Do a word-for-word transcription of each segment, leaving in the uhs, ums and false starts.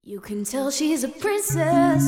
You can tell she's a princess.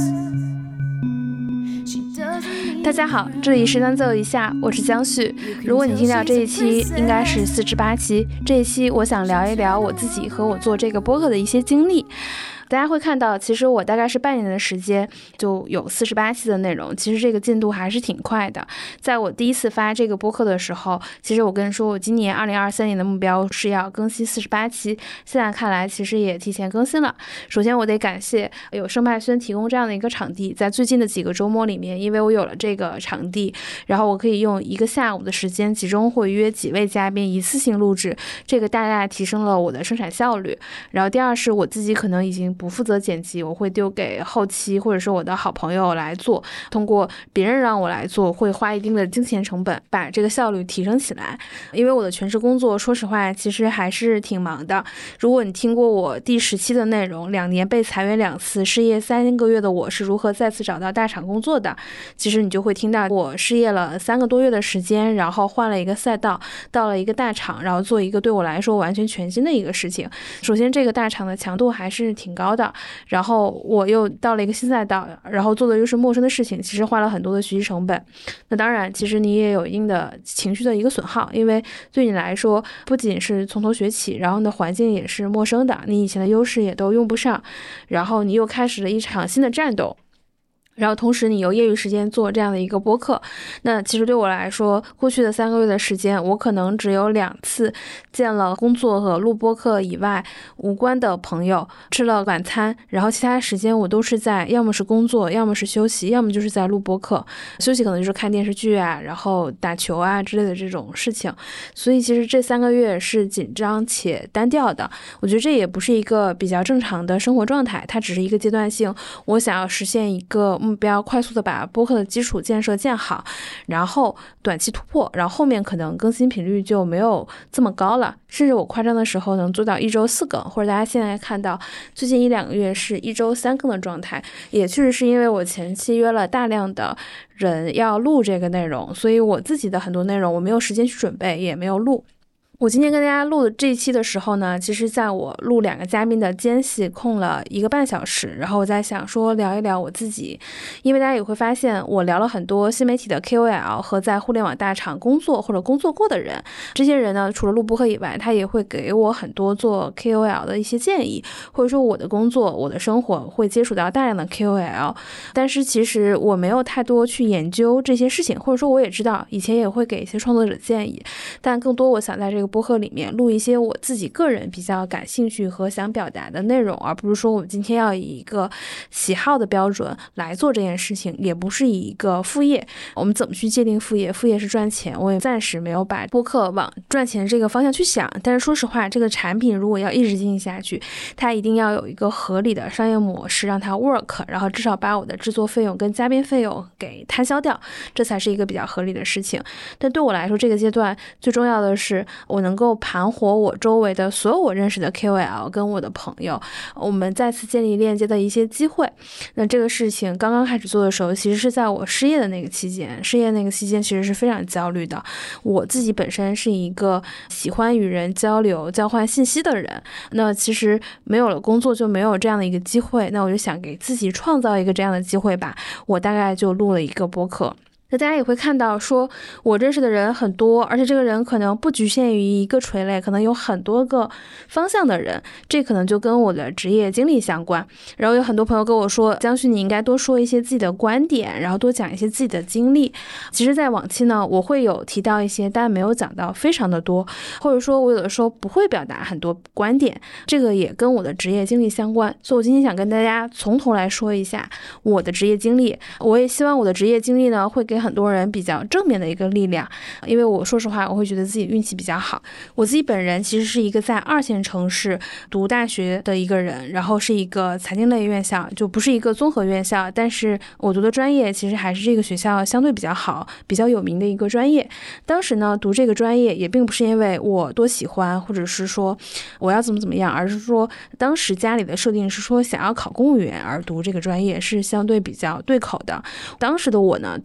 大家好，这里是单奏一下，我是江旭。如果你听到这一期，应该是四十八期。这一期我想聊一聊我自己和我做这个播客的一些经历。大家会看到，其实我大概是半年的时间就有四十八期的内容，其实这个进度还是挺快的。在我第一次发这个播客的时候，其实我跟你说，我今年二零二三年的目标是要更新四十八期，现在看来其实也提前更新了。首先我得感谢有声派轩提供这样的一个场地，在最近的几个周末里面，因为我有了这个场地，然后我可以用一个下午的时间集中会约几位嘉宾一次性录制，这个大大提升了我的生产效率。然后第二是我自己可能已经不负责剪辑，我会丢给后期或者是我的好朋友来做，通过别人让我来做，会花一定的金钱成本把这个效率提升起来。因为我的全职工作说实话其实还是挺忙的，如果你听过我第十期的内容，两年被裁员两次，失业三个月的我是如何再次找到大厂工作的，其实你就会听到我失业了三个多月的时间，然后换了一个赛道，到了一个大厂，然后做一个对我来说完全全新的一个事情。首先这个大厂的强度还是挺高的，然后我又到了一个新赛道，然后做的又是陌生的事情，其实花了很多的学习成本。那当然其实你也有一定的情绪的一个损耗，因为对你来说不仅是从头学起，然后呢环境也是陌生的，你以前的优势也都用不上，然后你又开始了一场新的战斗，然后同时你有业余时间做这样的一个播客。那其实对我来说，过去的三个月的时间，我可能只有两次见了工作和录播客以外无关的朋友，吃了晚餐，然后其他时间我都是在要么是工作，要么是休息，要么就是在录播客。休息可能就是看电视剧啊，然后打球啊之类的这种事情。所以其实这三个月是紧张且单调的，我觉得这也不是一个比较正常的生活状态，它只是一个阶段性，我想要实现一个目标，快速的把播客的基础建设建好，然后短期突破，然后后面可能更新频率就没有这么高了，甚至我夸张的时候能做到一周四更，或者大家现在看到最近一两个月是一周三更的状态，也确实是因为我前期约了大量的人要录这个内容，所以我自己的很多内容我没有时间去准备，也没有录。我今天跟大家录的这一期的时候呢，其实在我录两个嘉宾的间隙空了一个半小时，然后我在想说聊一聊我自己，因为大家也会发现我聊了很多新媒体的 K O L 和在互联网大厂工作或者工作过的人，这些人呢除了录播客以外，他也会给我很多做 K O L 的一些建议，或者说我的工作我的生活会接触到大量的 K O L， 但是其实我没有太多去研究这些事情，或者说我也知道以前也会给一些创作者建议，但更多我想在这个播客里面录一些我自己个人比较感兴趣和想表达的内容，而不是说我们今天要以一个喜好的标准来做这件事情，也不是以一个副业。我们怎么去界定副业？副业是赚钱，我也暂时没有把播客往赚钱这个方向去想，但是说实话，这个产品如果要一直经营下去，它一定要有一个合理的商业模式让它 work， 然后至少把我的制作费用跟嘉宾费用给摊销掉，这才是一个比较合理的事情。但对我来说，这个阶段最重要的是我能够盘活我周围的所有我认识的 K O L 跟我的朋友，我们再次建立链接的一些机会。那这个事情刚刚开始做的时候，其实是在我失业的那个期间，失业那个期间其实是非常焦虑的。我自己本身是一个喜欢与人交流交换信息的人，那其实没有了工作就没有这样的一个机会，那我就想给自己创造一个这样的机会吧，我大概就录了一个播客。那大家也会看到说我认识的人很多，而且这个人可能不局限于一个垂类，可能有很多个方向的人，这可能就跟我的职业经历相关。然后有很多朋友跟我说，江旭你应该多说一些自己的观点，然后多讲一些自己的经历。其实在往期呢，我会有提到一些，但没有讲到非常的多，或者说我有的时候不会表达很多观点，这个也跟我的职业经历相关。所以我今天想跟大家从头来说一下我的职业经历，我也希望我的职业经历呢会给很多人比较正面的一个力量，因为我说实话我会觉得自己运气比较好。我自己本人其实是一个在二线城市读大学的一个人，然后是一个财经类院校，就不是一个综合院校，但是我读的专业其实还是这个学校相对比较好比较有名的一个专业。当时呢读这个专业也并不是因为我多喜欢，或者是说我要怎么怎么样，而是说当时家里的设定是说想要考公务员而读这个专业是相对比较对口的。当时的我呢对于职业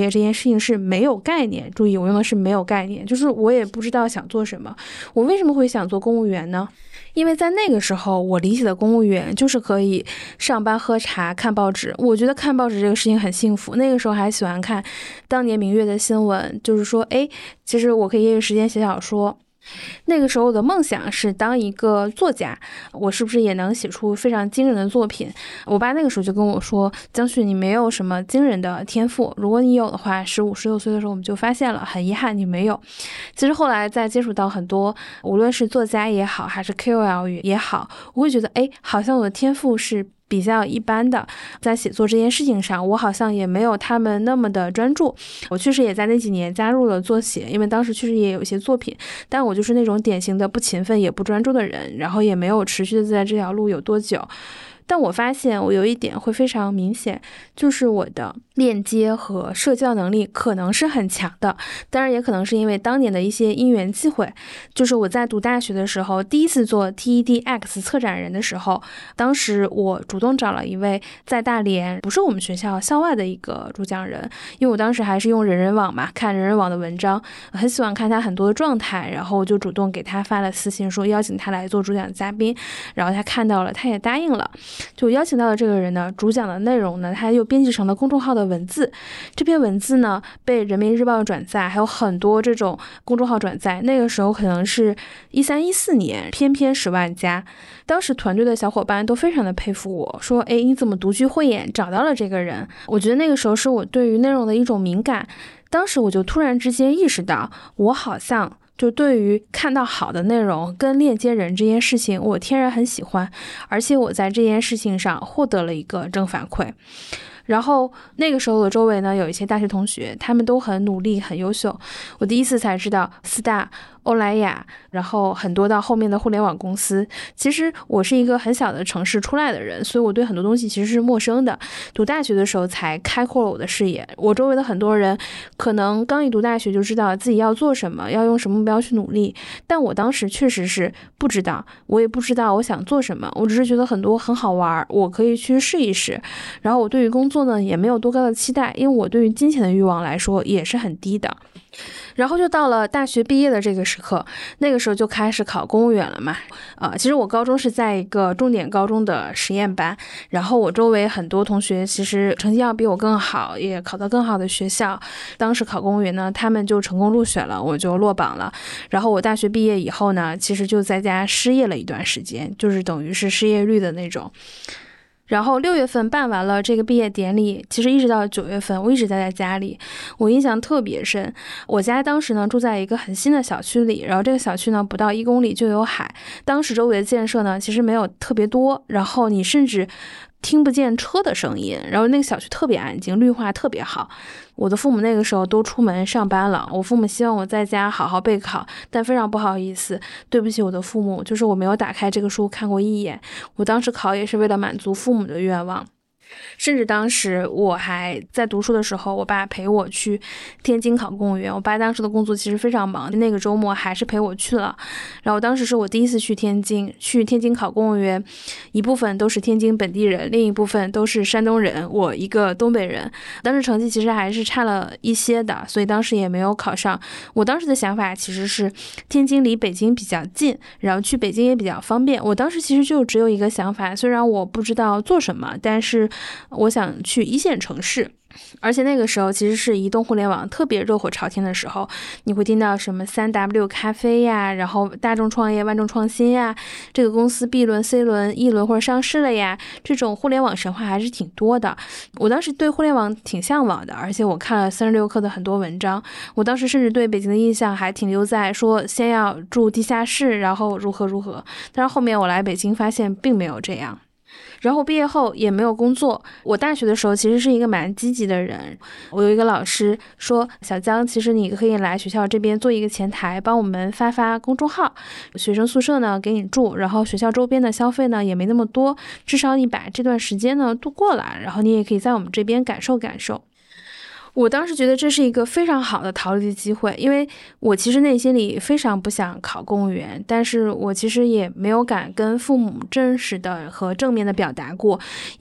业这件事情是没有概念，注意我用的是没有概念，就是我也不知道想做什么。我为什么会想做公务员呢？因为在那个时候我理解的公务员就是可以上班喝茶看报纸，我觉得看报纸这个事情很幸福。那个时候还喜欢看当年明月的新闻，就是说诶，其实我可以业余时间写小说。那个时候我的梦想是当一个作家，我是不是也能写出非常惊人的作品。我爸那个时候就跟我说，江旭，你没有什么惊人的天赋，如果你有的话，十五十六岁的时候我们就发现了，很遗憾你没有。其实后来在接触到很多无论是作家也好还是 K O L 也好，我会觉得诶，好像我的天赋是比较一般的，在写作这件事情上我好像也没有他们那么的专注。我确实也在那几年加入了作协，因为当时确实也有一些作品，但我就是那种典型的不勤奋也不专注的人，然后也没有持续的在这条路有多久。但我发现我有一点会非常明显，就是我的链接和社交能力可能是很强的，当然也可能是因为当年的一些因缘际会。就是我在读大学的时候，第一次做 T E D X 策展人的时候，当时我主动找了一位在大连不是我们学校校外的一个主讲人，因为我当时还是用人人网嘛，看人人网的文章，很喜欢看他很多的状态，然后我就主动给他发了私信说邀请他来做主讲嘉宾，然后他看到了，他也答应了。就邀请到的这个人呢，主讲的内容呢，他又编辑成了公众号的文字，这篇文字呢被人民日报转载，还有很多这种公众号转载。那个时候可能是一三一四年，偏偏十万加。当时团队的小伙伴都非常的佩服我，说诶，你怎么独具慧眼找到了这个人？我觉得那个时候是我对于内容的一种敏感，当时我就突然之间意识到，我好像就对于看到好的内容跟链接人这件事情，我天然很喜欢，而且我在这件事情上获得了一个正反馈。然后那个时候的周围呢，有一些大学同学，他们都很努力很优秀。我第一次才知道四大、欧莱雅，然后很多到后面的互联网公司。其实我是一个很小的城市出来的人，所以我对很多东西其实是陌生的。读大学的时候才开阔了我的视野。我周围的很多人可能刚一读大学就知道自己要做什么，要用什么目标去努力，但我当时确实是不知道，我也不知道我想做什么，我只是觉得很多很好玩，我可以去试一试。然后我对于工作呢也没有多高的期待，因为我对于金钱的欲望来说也是很低的。然后就到了大学毕业的这个时刻，那个时候就开始考公务员了嘛。呃，其实我高中是在一个重点高中的实验班，然后我周围很多同学其实成绩要比我更好，也考到更好的学校。当时考公务员呢，他们就成功录取了，我就落榜了。然后我大学毕业以后呢，其实就在家失业了一段时间，就是等于是失业率的那种。然后六月份办完了这个毕业典礼，其实一直到九月份我一直待在家里，我印象特别深。我家当时呢住在一个很新的小区里，然后这个小区呢不到一公里就有海，当时周围的建设呢其实没有特别多，然后你甚至听不见车的声音，然后那个小区特别安静，绿化特别好。我的父母那个时候都出门上班了，我父母希望我在家好好备考，但非常不好意思，对不起我的父母，就是我没有打开这个书看过一眼。我当时考也是为了满足父母的愿望。甚至当时我还在读书的时候，我爸陪我去天津考公务员。我爸当时的工作其实非常忙，那个周末还是陪我去了。然后当时是我第一次去天津，去天津考公务员，一部分都是天津本地人，另一部分都是山东人，我一个东北人。当时成绩其实还是差了一些的，所以当时也没有考上。我当时的想法其实是天津离北京比较近，然后去北京也比较方便。我当时其实就只有一个想法，虽然我不知道做什么，但是我想去一线城市。而且那个时候其实是移动互联网特别热火朝天的时候，你会听到什么 三 W 咖啡呀，然后大众创业万众创新呀，这个公司 B 轮 C 轮 E 轮或者上市了呀，这种互联网神话还是挺多的。我当时对互联网挺向往的，而且我看了三十六氪的很多文章，我当时甚至对北京的印象还停留在说先要住地下室，然后如何如何，但是后面我来北京发现并没有这样。然后毕业后也没有工作。我大学的时候其实是一个蛮积极的人，我有一个老师说，小江其实你可以来学校这边做一个前台，帮我们发发公众号，学生宿舍呢给你住，然后学校周边的消费呢也没那么多，至少你把这段时间呢度过了，然后你也可以在我们这边感受感受。我当时觉得这是一个非常好的逃离的机会，因为我其实内心里非常不想考公务员，但是我其实也没有敢跟父母真实的和正面的表达过，因为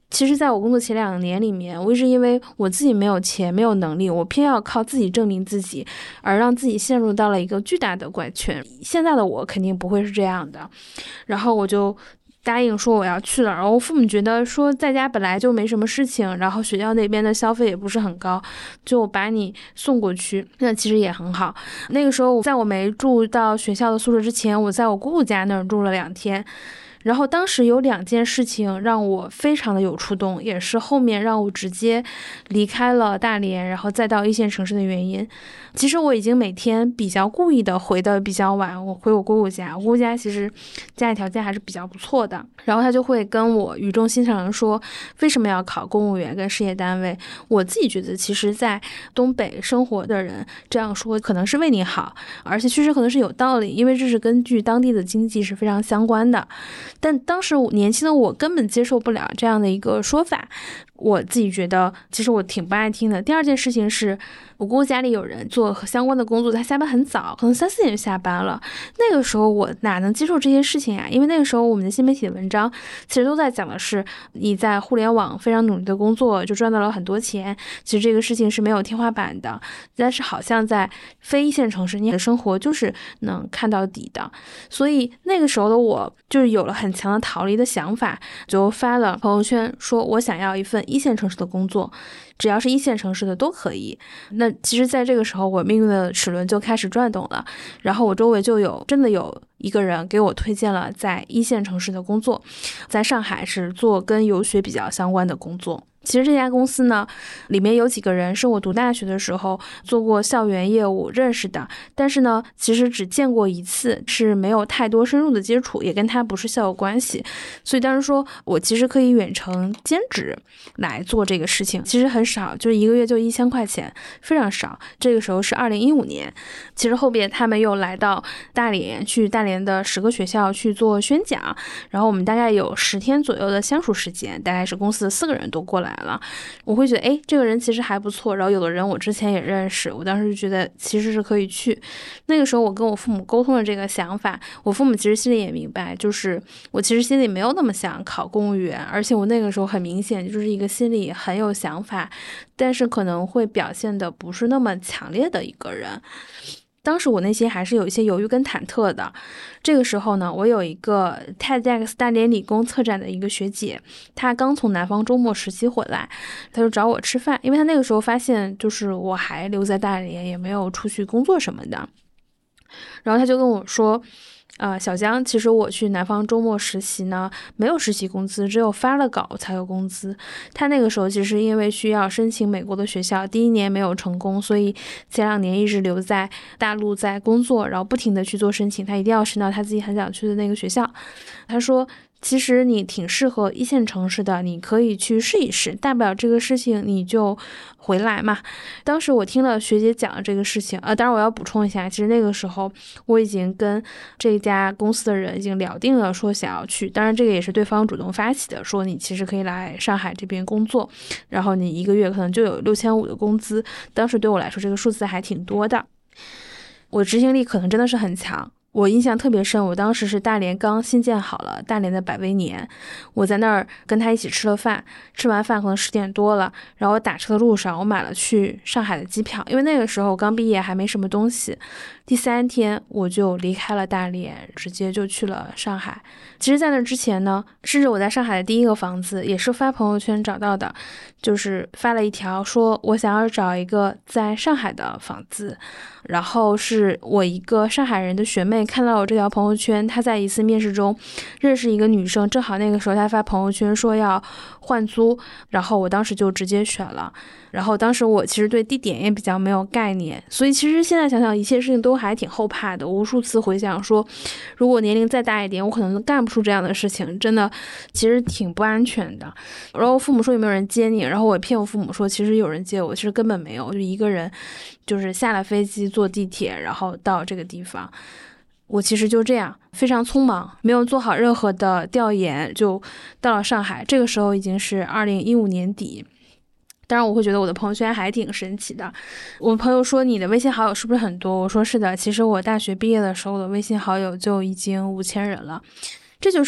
其实在我工作前两年里面，我一直因为我自己没有钱没有能力，我偏要靠自己证明自己，而让自己陷入到了一个巨大的怪圈。现在的我肯定不会是这样的，然后我就答应说我要去了。然后我父母觉得说在家本来就没什么事情，然后学校那边的消费也不是很高，就把你送过去，那其实也很好。那个时候在我没住到学校的宿舍之前，我在我姑姑家那儿住了两天。然后当时有两件事情让我非常的有触动，也是后面让我直接离开了大连，然后再到一线城市的原因。其实我已经每天比较故意的回的比较晚，我回我姑姑家，我姑姑家其实家里条件还是比较不错的，然后他就会跟我语重心长的说为什么要考公务员跟事业单位。我自己觉得其实在东北生活的人这样说可能是为你好，而且确实可能是有道理，因为这是根据当地的经济是非常相关的。但当时我年轻的我根本接受不了这样的一个说法，我自己觉得其实我挺不爱听的。第二件事情是我姑姑家里有人做相关的工作，他下班很早，可能三四点就下班了。那个时候我哪能接受这些事情啊？因为那个时候我们的新媒体的文章其实都在讲的是你在互联网非常努力的工作就赚到了很多钱，其实这个事情是没有天花板的，但是好像在非一线城市你的生活就是能看到底的。所以那个时候的我就是有了很强的逃离的想法，就发了朋友圈说我想要一份一线城市的工作，只要是一线城市的都可以。那其实在这个时候我命运的齿轮就开始转动了，然后我周围就有真的有一个人给我推荐了在一线城市的工作，在上海是做跟游学比较相关的工作。其实这家公司呢，里面有几个人是我读大学的时候做过校园业务认识的，但是呢其实只见过一次，是没有太多深入的接触，也跟他不是校友关系。所以当时说我其实可以远程兼职来做这个事情，其实很少，就是一个月就一千块钱，非常少。这个时候是二零一五年，其实后边他们又来到大连，去大连的十个学校去做宣讲，然后我们大概有十天左右的相处时间，大概是公司的四个人都过来了。我会觉得哎，这个人其实还不错，然后有的人我之前也认识，我当时就觉得其实是可以去。那个时候我跟我父母沟通了这个想法，我父母其实心里也明白，就是我其实心里没有那么想考公务员，而且我那个时候很明显就是一个心里很有想法，但是可能会表现的不是那么强烈的一个人。当时我内心还是有一些犹豫跟忐忑的。这个时候呢，我有一个 T E D X 大连理工策展的一个学姐，她刚从南方周末实习回来，她就找我吃饭，因为她那个时候发现就是我还留在大连，也没有出去工作什么的。然后她就跟我说呃，小江，其实我去南方周末实习呢，没有实习工资，只有发了稿才有工资。他那个时候其实因为需要申请美国的学校，第一年没有成功，所以前两年一直留在大陆在工作，然后不停的去做申请，他一定要申到他自己很想去的那个学校。他说其实你挺适合一线城市的，你可以去试一试，大不了这个事情你就回来嘛。当时我听了学姐讲的这个事情，呃，当然我要补充一下，其实那个时候我已经跟这家公司的人已经聊定了，说想要去，当然这个也是对方主动发起的，说你其实可以来上海这边工作，然后你一个月可能就有六千五的工资，当时对我来说这个数字还挺多的，我执行力可能真的是很强。我印象特别深，我当时是大连刚新建好了大连的百威年，我在那儿跟他一起吃了饭，吃完饭可能十点多了，然后我打车的路上我买了去上海的机票，因为那个时候我刚毕业还没什么东西。第三天我就离开了大连，直接就去了上海。其实在那之前呢，甚至我在上海的第一个房子也是发朋友圈找到的，就是发了一条说我想要找一个在上海的房子，然后是我一个上海人的学妹看到我这条朋友圈，她在一次面试中认识一个女生，正好那个时候她发朋友圈说要换租，然后我当时就直接选了。然后当时我其实对地点也比较没有概念，所以其实现在想想一切事情都还挺后怕的，无数次回想说如果年龄再大一点我可能干不出这样的事情，真的其实挺不安全的。然后父母说有没有人接你，然后我骗我父母说其实有人接我，其实根本没有，我就一个人就是下了飞机坐地铁然后到这个地方。我其实就这样非常匆忙，没有做好任何的调研就到了上海，这个时候已经是二零一五年底。当然我会觉得我的朋友圈还挺神奇的，我朋友说你的微信好友是不是很多，我说是的，其实我大学毕业的时候的微信好友就已经五千人了。这就是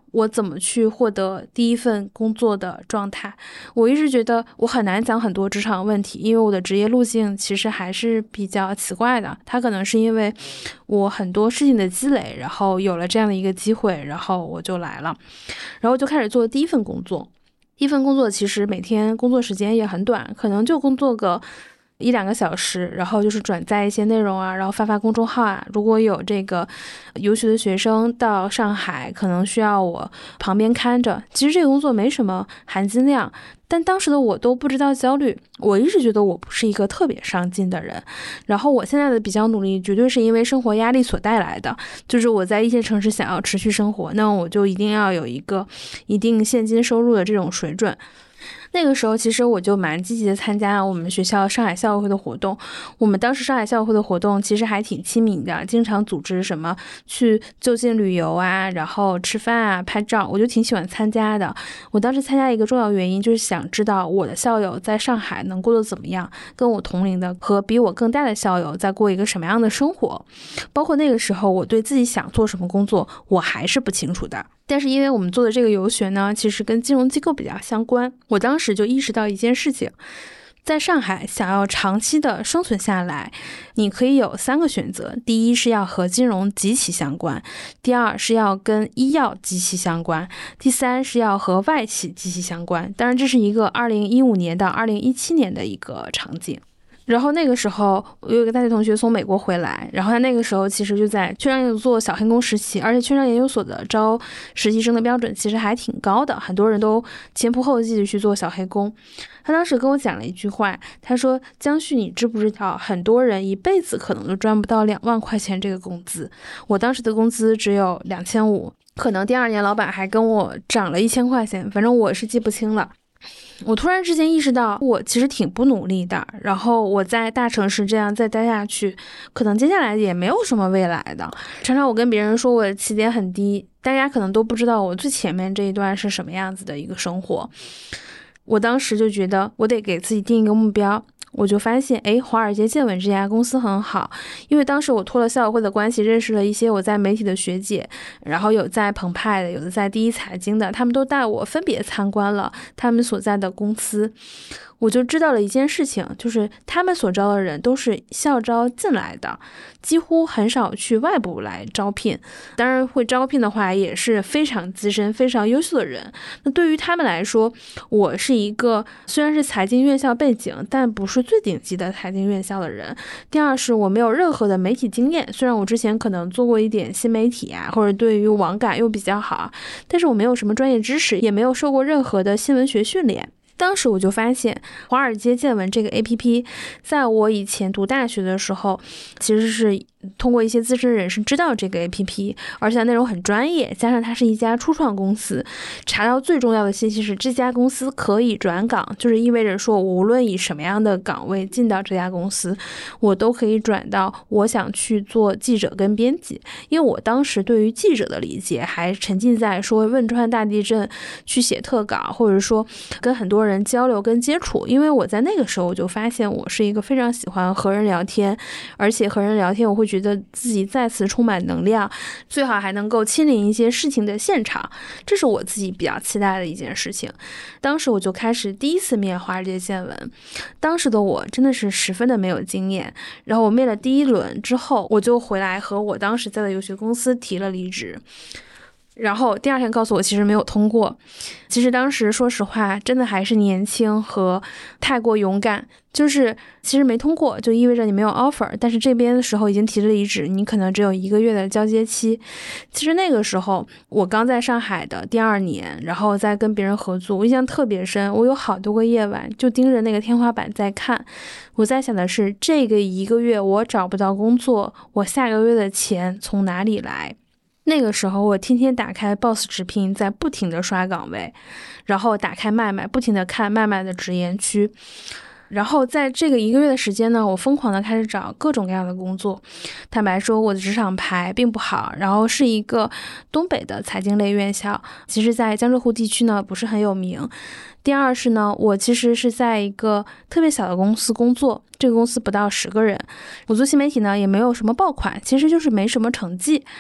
我怎么去获得第一份工作的状态。我一直觉得我很难讲很多职场问题，因为我的职业路径其实还是比较奇怪的。它可能是因为我很多事情的积累，然后有了这样的一个机会，然后我就来了，然后就开始做第一份工作。第一份工作其实每天工作时间也很短，可能就工作个一两个小时，然后就是转载一些内容啊，然后发发公众号啊。如果有这个游学的学生到上海，可能需要我旁边看着。其实这个工作没什么含金量，但当时的我都不知道焦虑。我一直觉得我不是一个特别上进的人，然后我现在的比较努力绝对是因为生活压力所带来的，就是我在一线城市想要持续生活，那我就一定要有一个一定现金收入的这种水准。那个时候其实我就蛮积极的参加我们学校上海校友会的活动。我们当时上海校友会的活动其实还挺亲民的，经常组织什么去就近旅游啊，然后吃饭啊，拍照，我就挺喜欢参加的。我当时参加一个重要原因就是想知道我的校友在上海能过得怎么样，跟我同龄的和比我更大的校友在过一个什么样的生活。包括那个时候我对自己想做什么工作我还是不清楚的，但是因为我们做的这个游学呢，其实跟金融机构比较相关，我当时就意识到一件事情，在上海想要长期的生存下来，你可以有三个选择。第一是要和金融极其相关，第二是要跟医药极其相关，第三是要和外企极其相关。当然这是一个二零一五年到二零一七年的一个场景。然后那个时候我有一个大学同学从美国回来，然后他那个时候其实就在券商研究所做小黑工实习，而且券商研究所的招实习生的标准其实还挺高的，很多人都前仆后继的去做小黑工。他当时跟我讲了一句话，他说：江旭，你知不知道很多人一辈子可能都赚不到两万块钱这个工资。我当时的工资只有两千五，可能第二年老板还跟我涨了一千块钱，反正我是记不清了。我突然之间意识到我其实挺不努力的，然后我在大城市这样再待下去，可能接下来也没有什么未来的。常常我跟别人说我的起点很低，大家可能都不知道我最前面这一段是什么样子的一个生活。我当时就觉得我得给自己定一个目标，我就发现诶，华尔街见闻这家公司很好，因为当时我托了校友会的关系认识了一些我在媒体的学姐，然后有在澎湃的，有的在第一财经的，他们都带我分别参观了他们所在的公司。我就知道了一件事情，就是他们所招的人都是校招进来的，几乎很少去外部来招聘。当然会招聘的话也是非常资深非常优秀的人。那对于他们来说，我是一个虽然是财经院校背景，但不是最顶级的财经院校的人。第二是我没有任何的媒体经验，虽然我之前可能做过一点新媒体啊，或者对于网感又比较好，但是我没有什么专业知识，也没有受过任何的新闻学训练。当时我就发现华尔街见闻这个 A P P 在我以前读大学的时候其实是通过一些资深人士知道这个 A P P， 而且内容很专业，加上它是一家初创公司，查到最重要的信息是这家公司可以转岗，就是意味着说无论以什么样的岗位进到这家公司，我都可以转到我想去做记者跟编辑。因为我当时对于记者的理解还沉浸在说汶川大地震去写特稿，或者说跟很多人交流跟接触，因为我在那个时候我就发现我是一个非常喜欢和人聊天，而且和人聊天我会觉得自己再次充满能量，最好还能够亲临一些事情的现场，这是我自己比较期待的一件事情。当时我就开始第一次面华尔街见闻，当时的我真的是十分的没有经验，然后我面了第一轮之后，我就回来和我当时在的游学公司提了离职，然后第二天告诉我其实没有通过。其实当时说实话真的还是年轻和太过勇敢，就是其实没通过就意味着你没有 offer， 但是这边的时候已经提了离职，你可能只有一个月的交接期。其实那个时候我刚在上海的第二年，然后再跟别人合作，我印象特别深，我有好多个夜晚就盯着那个天花板在看，我在想的是这个一个月我找不到工作，我下个月的钱从哪里来。那个时候我天天打开 Boss 直聘，在不停的刷岗位，然后打开麦麦，不停的看麦麦的职业区。然后在这个一个月的时间呢，我疯狂的开始找各种各样的工作。坦白说我的职场牌并不好，然后是一个东北的财经类院校，其实在江浙沪地区呢不是很有名。第二是呢，我其实是在一个特别小的公司工作，这个公司不到十个人，我做新媒体呢也没有什么爆款，其实就是没什么成绩。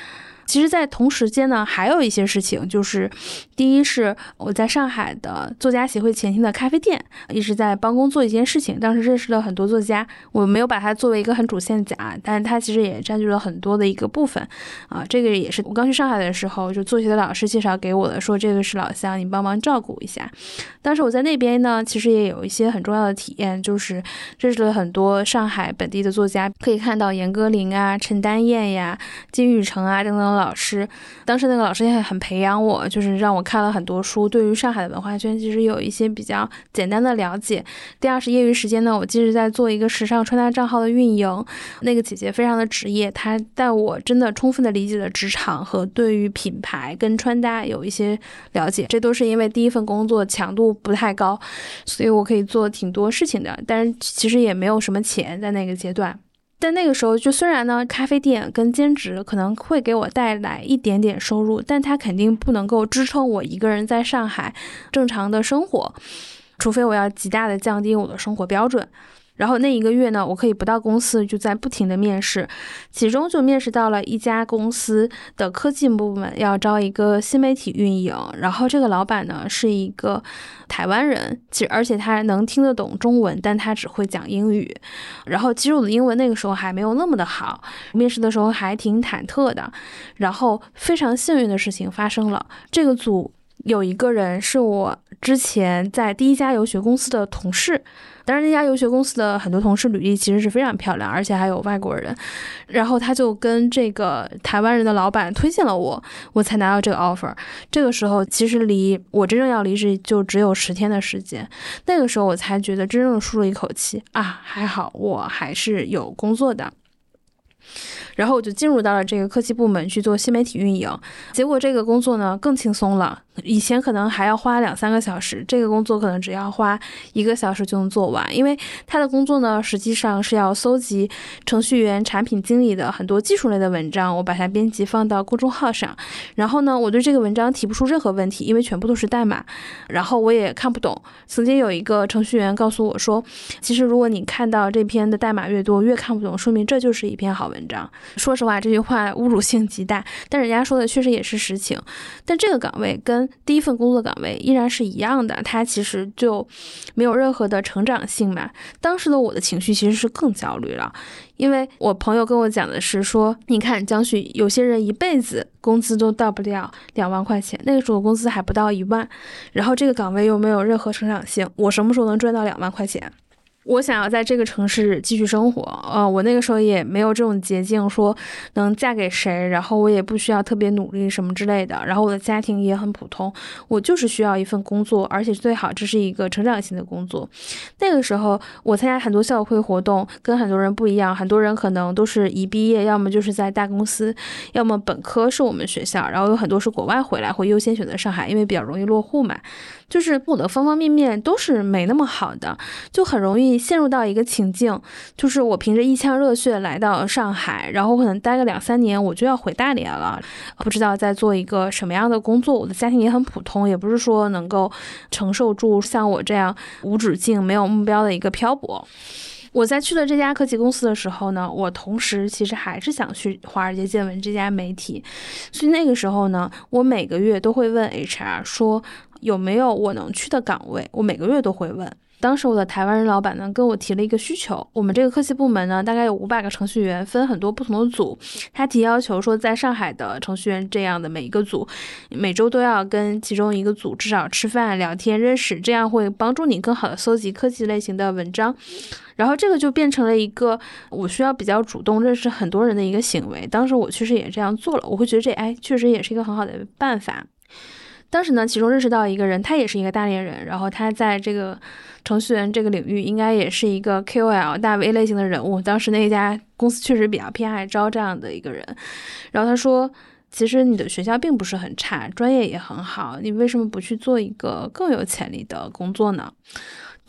其实在同时间呢，还有一些事情，就是第一是我在上海的作家协会前厅的咖啡店一直在帮工做一件事情，当时认识了很多作家，我没有把它作为一个很主线讲，但是它其实也占据了很多的一个部分啊。这个也是我刚去上海的时候，就作协的老师介绍给我的，说这个是老乡，你帮忙照顾一下。当时我在那边呢，其实也有一些很重要的体验，就是认识了很多上海本地的作家，可以看到严歌苓啊、陈丹燕呀、金宇澄啊等等老师。当时那个老师也很培养我，就是让我看了很多书，对于上海的文化圈其实有一些比较简单的了解。第二是业余时间呢，我其实在做一个时尚穿搭账号的运营，那个姐姐非常的职业，她带我真的充分的理解了职场和对于品牌跟穿搭有一些了解，这都是因为第一份工作强度不太高，所以我可以做挺多事情的，但是其实也没有什么钱在那个阶段。但那个时候就虽然呢咖啡店跟兼职可能会给我带来一点点收入，但它肯定不能够支撑我一个人在上海正常的生活，除非我要极大的降低我的生活标准。然后那一个月呢，我可以不到公司就在不停的面试，其中就面试到了一家公司的科技部门要招一个新媒体运营，然后这个老板呢是一个台湾人，其实而且他能听得懂中文，但他只会讲英语。然后其实我的英文那个时候还没有那么的好，面试的时候还挺忐忑的。然后非常幸运的事情发生了，这个组有一个人是我之前在第一家游学公司的同事，当然那家游学公司的很多同事履历其实是非常漂亮，而且还有外国人，然后他就跟这个台湾人的老板推荐了我，我才拿到这个 offer。 这个时候其实离我真正要离职就只有十天的时间，那个时候我才觉得真正舒了一口气啊，还好我还是有工作的。然后我就进入到了这个科技部门去做新媒体运营，结果这个工作呢更轻松了，以前可能还要花两三个小时，这个工作可能只要花一个小时就能做完。因为他的工作呢实际上是要搜集程序员、产品经理的很多技术类的文章，我把它编辑放到公众号上，然后呢我对这个文章提不出任何问题，因为全部都是代码，然后我也看不懂。曾经有一个程序员告诉我说，其实如果你看到这篇的代码越多越看不懂，说明这就是一篇好文章。说实话这句话侮辱性极大，但人家说的确实也是实情。但这个岗位跟第一份工作岗位依然是一样的，它其实就没有任何的成长性嘛。当时的我的情绪其实是更焦虑了，因为我朋友跟我讲的是说，你看江旭，有些人一辈子工资都到不了两万块钱，那个时候工资还不到一万，然后这个岗位又没有任何成长性，我什么时候能赚到两万块钱？我想要在这个城市继续生活，呃，我那个时候也没有这种捷径说能嫁给谁，然后我也不需要特别努力什么之类的，然后我的家庭也很普通，我就是需要一份工作，而且最好这是一个成长性的工作。那个时候我参加很多校友会活动，跟很多人不一样，很多人可能都是一毕业要么就是在大公司，要么本科是我们学校，然后有很多是国外回来会优先选择上海，因为比较容易落户嘛。就是我的方方面面都是没那么好的，就很容易陷入到一个情境，就是我凭着一腔热血来到上海，然后可能待个两三年我就要回大连了，不知道在做一个什么样的工作，我的家庭也很普通，也不是说能够承受住像我这样无止境没有目标的一个漂泊。我在去了这家科技公司的时候呢，我同时其实还是想去华尔街见闻这家媒体，所以那个时候呢，我每个月都会问 H R 说有没有我能去的岗位，我每个月都会问。当时我的台湾人老板呢跟我提了一个需求，我们这个科技部门呢大概有五百个程序员，分很多不同的组，他提要求说在上海的程序员这样的每一个组每周都要跟其中一个组至少吃饭聊天认识，这样会帮助你更好的搜集科技类型的文章。然后这个就变成了一个我需要比较主动认识很多人的一个行为，当时我确实也这样做了，我会觉得这哎确实也是一个很好的办法。当时呢其中认识到一个人，他也是一个大连人，然后他在这个程序员这个领域应该也是一个 K O L 大 V 类型的人物，当时那家公司确实比较偏爱招这样的一个人。然后他说其实你的学校并不是很差，专业也很好，你为什么不去做一个更有潜力的工作呢？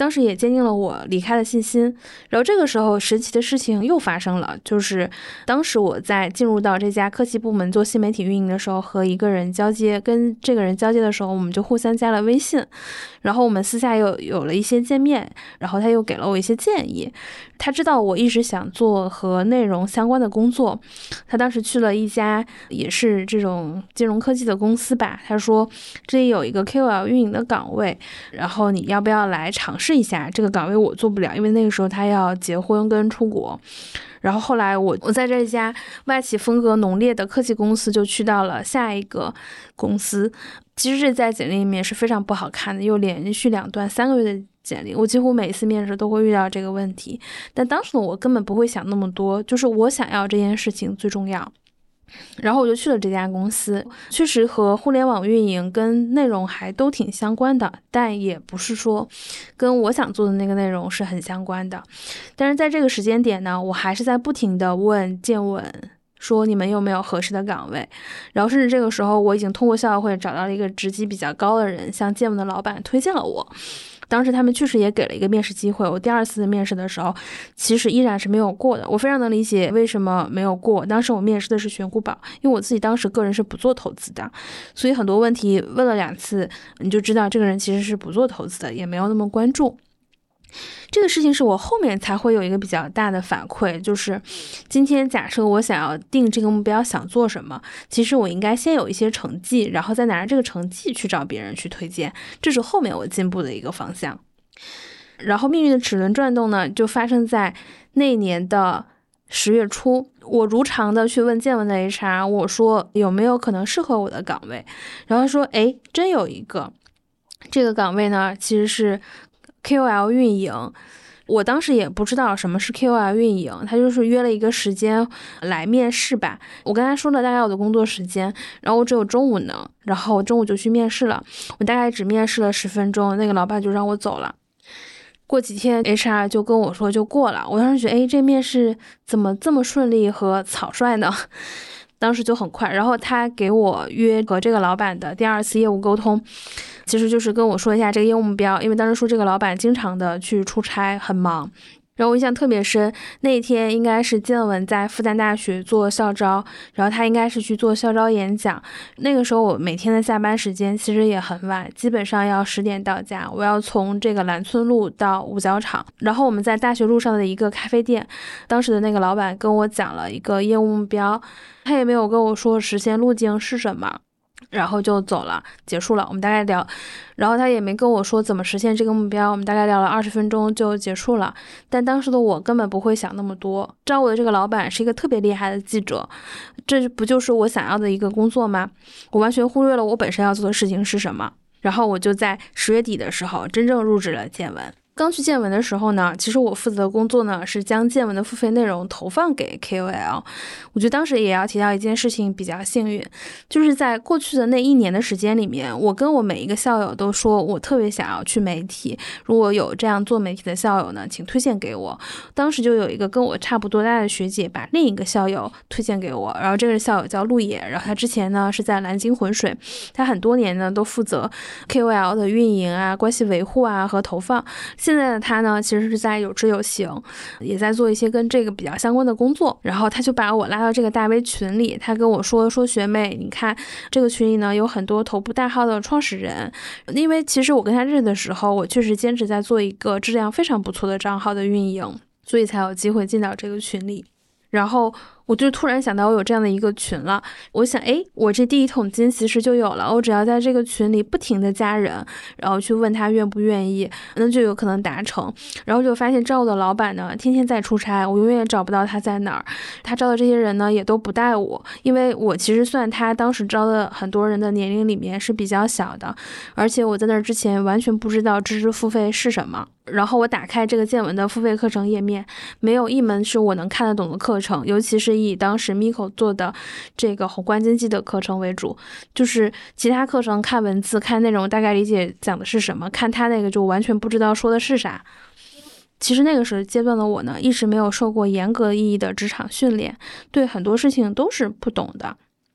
当时也坚定了我离开的信心。然后这个时候神奇的事情又发生了，就是当时我在进入到这家科技部门做新媒体运营的时候，和一个人交接，跟这个人交接的时候，我们就互相加了微信，然后我们私下又有了一些见面，然后他又给了我一些建议。他知道我一直想做和内容相关的工作，他当时去了一家也是这种金融科技的公司吧，他说这里有一个 K O L 运营的岗位，然后你要不要来尝试一下？这个岗位我做不了，因为那个时候他要结婚跟出国。然后后来我我在这家外企风格浓烈的科技公司就去到了下一个公司，其实这在简历里面是非常不好看的，又连续两段三个月的简历，我几乎每一次面试都会遇到这个问题。但当时的我根本不会想那么多，就是我想要这件事情最重要。然后我就去了这家公司，确实和互联网运营跟内容还都挺相关的，但也不是说跟我想做的那个内容是很相关的。但是在这个时间点呢，我还是在不停的问建文说你们有没有合适的岗位，然后甚至这个时候我已经通过校友会找到了一个职级比较高的人，向建文的老板推荐了我。当时他们确实也给了一个面试机会，我第二次面试的时候其实依然是没有过的。我非常能理解为什么没有过，当时我面试的是选股宝，因为我自己当时个人是不做投资的，所以很多问题问了两次你就知道这个人其实是不做投资的，也没有那么关注。这个事情是我后面才会有一个比较大的反馈，就是今天假设我想要定这个目标想做什么，其实我应该先有一些成绩，然后再拿着这个成绩去找别人去推荐，这是后面我进步的一个方向。然后命运的齿轮转动呢，就发生在那年的十月初，我如常的去问建文的 H R， 我说有没有可能适合我的岗位，然后说诶真有一个，这个岗位呢其实是K O L 运营。我当时也不知道什么是 K O L 运营，他就是约了一个时间来面试吧。我跟他说了大概我的工作时间，然后我只有中午能，然后我中午就去面试了。我大概只面试了十分钟，那个老板就让我走了。过几天 H R 就跟我说就过了，我当时觉得诶这面试怎么这么顺利和草率呢？当时就很快，然后他给我约和这个老板的第二次业务沟通，其实就是跟我说一下这个业务目标，因为当时说这个老板经常的去出差，很忙。然后我印象特别深，那一天应该是建文在复旦大学做校招，然后他应该是去做校招演讲。那个时候我每天的下班时间其实也很晚，基本上要十点到家，我要从这个兰村路到五角场，然后我们在大学路上的一个咖啡店，当时的那个老板跟我讲了一个业务目标，他也没有跟我说实现路径是什么，然后就走了，结束了。我们大概聊，然后他也没跟我说怎么实现这个目标，我们大概聊了二十分钟就结束了。但当时的我根本不会想那么多，招我的这个老板是一个特别厉害的记者，这不就是我想要的一个工作吗？我完全忽略了我本身要做的事情是什么。然后我就在十月底的时候真正入职了建文。刚去建文的时候呢，其实我负责的工作呢是将建文的付费内容投放给 K O L。 我觉得当时也要提到一件事情比较幸运，就是在过去的那一年的时间里面，我跟我每一个校友都说我特别想要去媒体，如果有这样做媒体的校友呢请推荐给我。当时就有一个跟我差不多大的学姐把另一个校友推荐给我，然后这个校友叫陆野，然后他之前呢是在蓝鲸浑水，他很多年呢都负责 K O L 的运营啊、关系维护啊和投放。现在的他呢其实是在有知有行，也在做一些跟这个比较相关的工作。然后他就把我拉到这个大 V 群里，他跟我说说学妹你看这个群里呢有很多头部大号的创始人，因为其实我跟他认识的时候我确实坚持在做一个质量非常不错的账号的运营，所以才有机会进到这个群里。然后我就突然想到我有这样的一个群了，我想诶我这第一桶金其实就有了，我只要在这个群里不停的加人，然后去问他愿不愿意，那就有可能达成。然后就发现招我的老板呢天天在出差，我永远找不到他在哪儿，他招的这些人呢也都不带我，因为我其实算他当时招的很多人的年龄里面是比较小的，而且我在那之前完全不知道知识付费是什么。然后我打开这个建文的付费课程页面，没有一门是我能看得懂的课程，尤其是以当时 Miko 做的这个宏观经济的课程为主，就是其他课程看文字看内容大概理解讲的是什么，看他那个就完全不知道说的是啥。其实那个时候阶段的我呢一直没有受过严格意义的职场训练，对很多事情都是不懂的。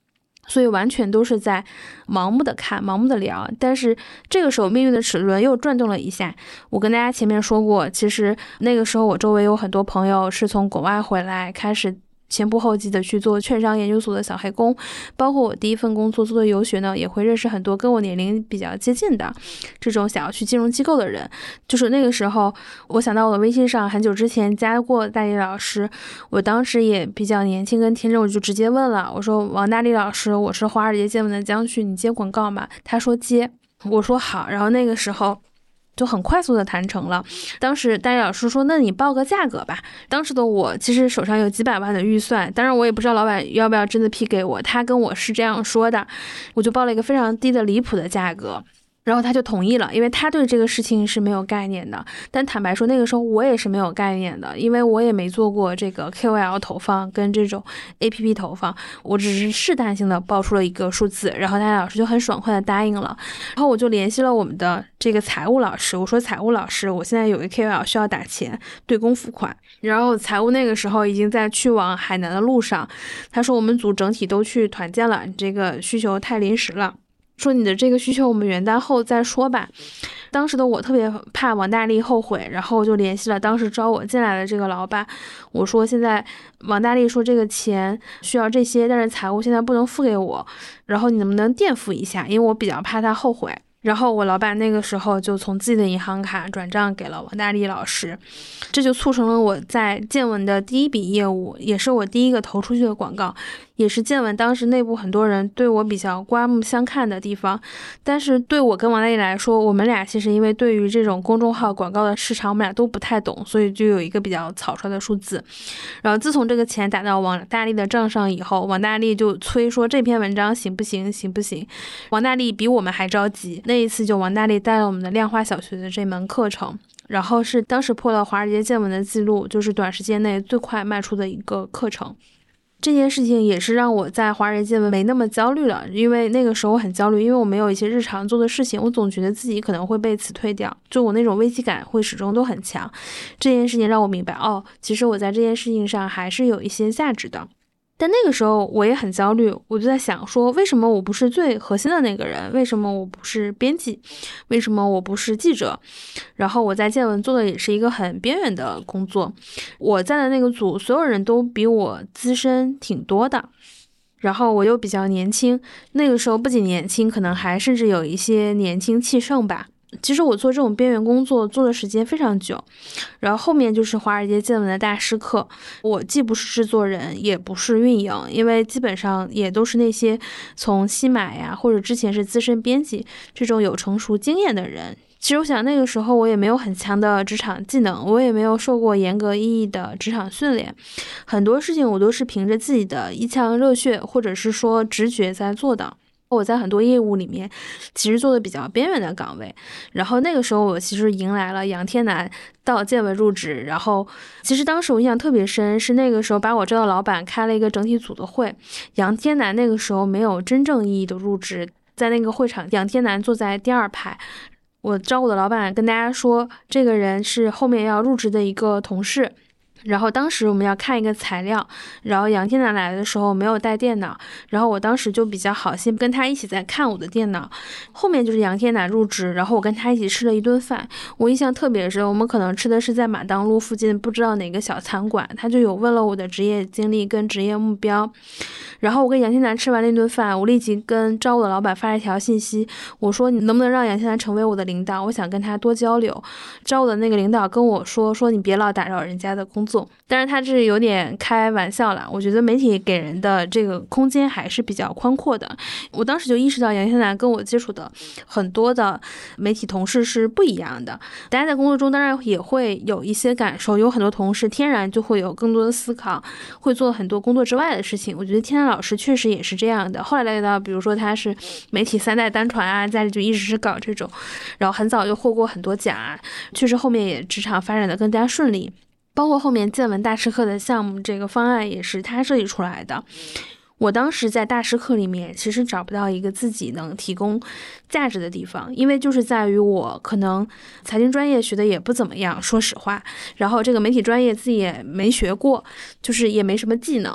所以完全都是在盲目的看，盲目的聊。但是这个时候命运的齿轮又转动了一下。我跟大家前面说过，其实那个时候我周围有很多朋友是从国外回来，开始前仆后继的去做券商研究所的小黑工，包括我第一份工作做的游学呢，也会认识很多跟我年龄比较接近的这种想要去金融机构的人。就是那个时候我想到我的微信上很久之前加过大力老师，我当时也比较年轻跟天真，我就直接问了，我说王大力老师，我是华尔街见闻的江旭，你接广告吗？他说接，我说好，然后那个时候就很快速的谈成了。当时大力老师说那你报个价格吧，当时的我其实手上有几百万的预算，当然我也不知道老板要不要真的批给我，他跟我是这样说的，我就报了一个非常低的离谱的价格，然后他就同意了，因为他对这个事情是没有概念的。但坦白说那个时候我也是没有概念的，因为我也没做过这个 K O L 投放跟这种 A P P 投放，我只是试探性的报出了一个数字，然后大家老师就很爽快的答应了。然后我就联系了我们的这个财务老师，我说财务老师，我现在有一个 K O L 需要打钱对公付款，然后财务那个时候已经在去往海南的路上，他说我们组整体都去团建了，你这个需求太临时了，说你的这个需求我们元旦后再说吧。当时的我特别怕王大力后悔，然后就联系了当时招我进来的这个老板，我说现在王大力说这个钱需要这些，但是财务现在不能付给我，然后你能不能垫付一下，因为我比较怕他后悔。然后我老板那个时候就从自己的银行卡转账给了王大力老师，这就促成了我在见闻的第一笔业务，也是我第一个投出去的广告，也是见闻当时内部很多人对我比较刮目相看的地方。但是对我跟王大力来说，我们俩其实因为对于这种公众号广告的市场我们俩都不太懂，所以就有一个比较草率的数字。然后自从这个钱打到王大力的账上以后，王大力就催说这篇文章行不行行不行。王大力比我们还着急，那一次就王大力带了我们的量化小学的这门课程，然后是当时破了华尔街见闻的记录，就是短时间内最快卖出的一个课程。这件事情也是让我在华尔街见闻没那么焦虑了，因为那个时候我很焦虑，因为我没有一些日常做的事情，我总觉得自己可能会被辞退掉，就我那种危机感会始终都很强。这件事情让我明白，哦，其实我在这件事情上还是有一些价值的。但那个时候我也很焦虑，我就在想说，为什么我不是最核心的那个人？为什么我不是编辑？为什么我不是记者？然后我在见闻做的也是一个很边缘的工作，我在的那个组所有人都比我资深挺多的，然后我又比较年轻，那个时候不仅年轻，可能还甚至有一些年轻气盛吧。其实我做这种边缘工作做的时间非常久，然后后面就是华尔街见闻的大师课，我既不是制作人也不是运营，因为基本上也都是那些从西马呀或者之前是资深编辑这种有成熟经验的人。其实我想那个时候我也没有很强的职场技能，我也没有受过严格意义的职场训练，很多事情我都是凭着自己的一腔热血或者是说直觉在做的。我在很多业务里面其实做的比较边缘的岗位，然后那个时候我其实迎来了杨天南到见闻入职，然后其实当时我印象特别深，是那个时候把我招到老板开了一个整体组的会，杨天南那个时候没有真正意义的入职，在那个会场杨天南坐在第二排，我招我的老板跟大家说这个人是后面要入职的一个同事，然后当时我们要看一个材料，然后杨天南来的时候没有带电脑，然后我当时就比较好心跟他一起在看我的电脑，后面就是杨天南入职，然后我跟他一起吃了一顿饭，我印象特别深，我们可能吃的是在马当路附近不知道哪个小餐馆，他就有问了我的职业经历跟职业目标，然后我跟杨天南吃完那顿饭，我立即跟招我的老板发了一条信息，我说你能不能让杨天南成为我的领导，我想跟他多交流。招我的那个领导跟我说说你别老打扰人家的工作，但是他这是有点开玩笑了，我觉得媒体给人的这个空间还是比较宽阔的。我当时就意识到杨天南跟我接触的很多的媒体同事是不一样的，大家在工作中当然也会有一些感受，有很多同事天然就会有更多的思考，会做很多工作之外的事情，我觉得天南老师确实也是这样的。后来了解到比如说他是媒体三代单传啊，家里就一直是搞这种，然后很早就获过很多奖啊，确实后面也职场发展的更加顺利，包括后面见闻大师课的项目这个方案也是他设计出来的。我当时在大师课里面其实找不到一个自己能提供价值的地方，因为就是在于我可能财经专业学的也不怎么样，说实话，然后这个媒体专业自己也没学过，就是也没什么技能。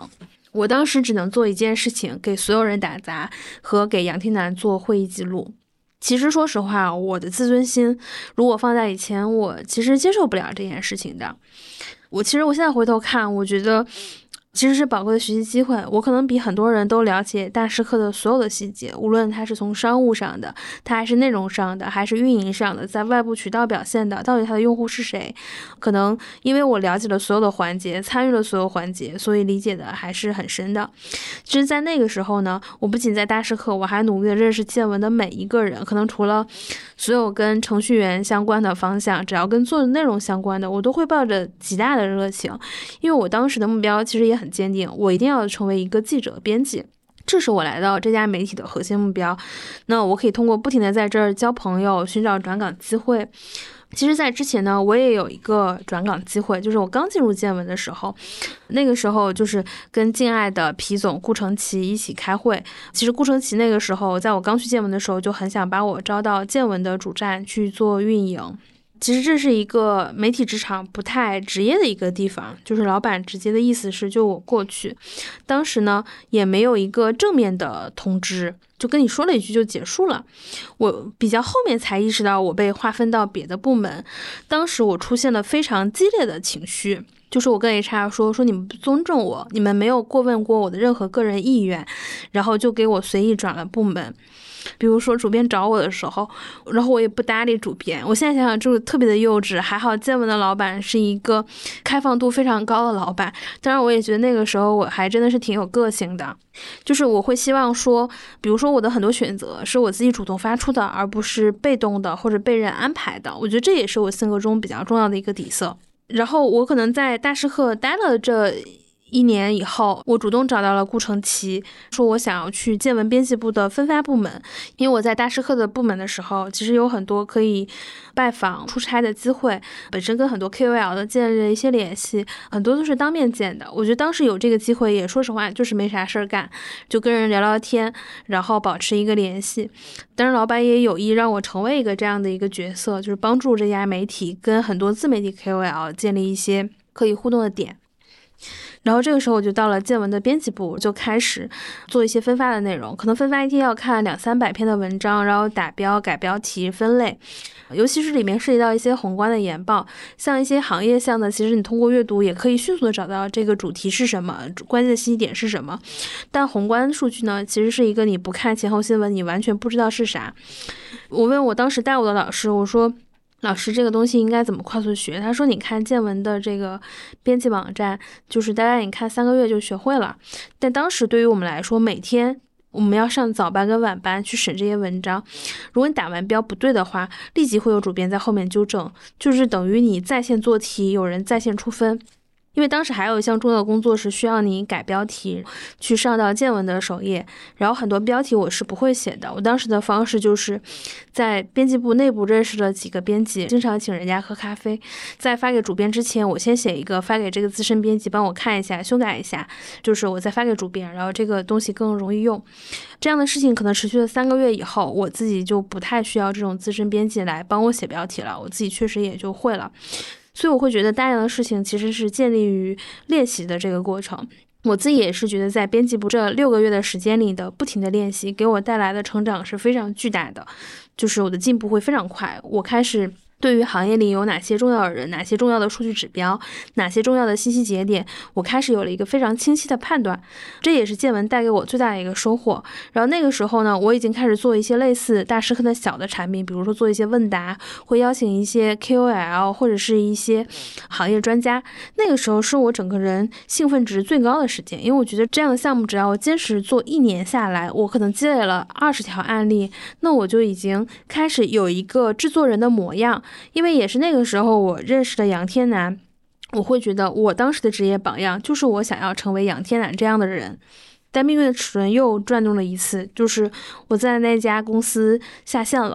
我当时只能做一件事情，给所有人打杂和给杨天南做会议记录。其实说实话，我的自尊心如果放在以前，我其实接受不了这件事情的。我其实我现在回头看，我觉得其实是宝贵的学习机会。我可能比很多人都了解大师课的所有的细节，无论它是从商务上的，它还是内容上的，还是运营上的，在外部渠道表现的，到底它的用户是谁。可能因为我了解了所有的环节，参与了所有环节，所以理解的还是很深的。其实在那个时候呢，我不仅在大师课，我还努力的认识见闻的每一个人。可能除了所有跟程序员相关的方向，只要跟做的内容相关的，我都会抱着极大的热情。因为我当时的目标其实也很坚定，我一定要成为一个记者编辑，这是我来到这家媒体的核心目标。那我可以通过不停的在这儿交朋友，寻找转岗机会。其实在之前呢，我也有一个转岗机会，就是我刚进入见闻的时候，那个时候就是跟敬爱的皮总顾承奇一起开会。其实顾承奇那个时候在我刚去见闻的时候就很想把我招到见闻的主站去做运营。其实这是一个媒体职场不太职业的一个地方，就是老板直接的意思是就我过去。当时呢也没有一个正面的通知，就跟你说了一句就结束了。我比较后面才意识到我被划分到别的部门，当时我出现了非常激烈的情绪，就是我跟 H R 说说你们不尊重我，你们没有过问过我的任何个人意愿，然后就给我随意转了部门。比如说主编找我的时候，然后我也不搭理主编。我现在想想这个特别的幼稚，还好见闻的老板是一个开放度非常高的老板。当然我也觉得那个时候我还真的是挺有个性的，就是我会希望说，比如说我的很多选择是我自己主动发出的，而不是被动的或者被人安排的。我觉得这也是我性格中比较重要的一个底色。然后我可能在大师课待了这一年以后，我主动找到了顾承奇，说我想要去见闻编辑部的分发部门。因为我在大师课的部门的时候，其实有很多可以拜访出差的机会，本身跟很多 K O L 的建立了一些联系，很多都是当面见的。我觉得当时有这个机会也说实话就是没啥事儿干，就跟人聊聊天，然后保持一个联系。当然老板也有意让我成为一个这样的一个角色，就是帮助这家媒体跟很多自媒体 K O L 建立一些可以互动的点。然后这个时候我就到了见闻的编辑部，就开始做一些分发的内容，可能分发一天要看两三百篇的文章，然后打标、改标题、分类，尤其是里面涉及到一些宏观的研报，像一些行业项的，其实你通过阅读也可以迅速的找到这个主题是什么，关键的信息点是什么。但宏观数据呢，其实是一个你不看前后新闻你完全不知道是啥。我问我当时带我的老师，我说老师这个东西应该怎么快速学？他说你看见闻的这个编辑网站，就是大概你看三个月就学会了。但当时对于我们来说，每天我们要上早班跟晚班去审这些文章，如果你打完标不对的话，立即会有主编在后面纠正，就是等于你在线做题，有人在线出分。因为当时还有一项重要的工作是需要你改标题去上到见闻的首页，然后很多标题我是不会写的。我当时的方式就是在编辑部内部认识了几个编辑，经常请人家喝咖啡，在发给主编之前我先写一个发给这个资深编辑帮我看一下修改一下，就是我再发给主编，然后这个东西更容易用。这样的事情可能持续了三个月以后，我自己就不太需要这种资深编辑来帮我写标题了，我自己确实也就会了。所以我会觉得大量的事情其实是建立于练习的这个过程。我自己也是觉得在编辑部这六个月的时间里的不停的练习给我带来的成长是非常巨大的，就是我的进步会非常快。我开始对于行业里有哪些重要的人，哪些重要的数据指标，哪些重要的信息节点，我开始有了一个非常清晰的判断，这也是见闻带给我最大的一个收获。然后那个时候呢，我已经开始做一些类似大师课的小的产品，比如说做一些问答，会邀请一些 K O L 或者是一些行业专家。那个时候是我整个人兴奋值最高的时间，因为我觉得这样的项目只要我坚持做一年下来，我可能积累了二十条案例，那我就已经开始有一个制作人的模样。因为也是那个时候我认识的杨天南，我会觉得我当时的职业榜样就是我想要成为杨天南这样的人。但命运的齿轮又转动了一次，就是我在那家公司下线了，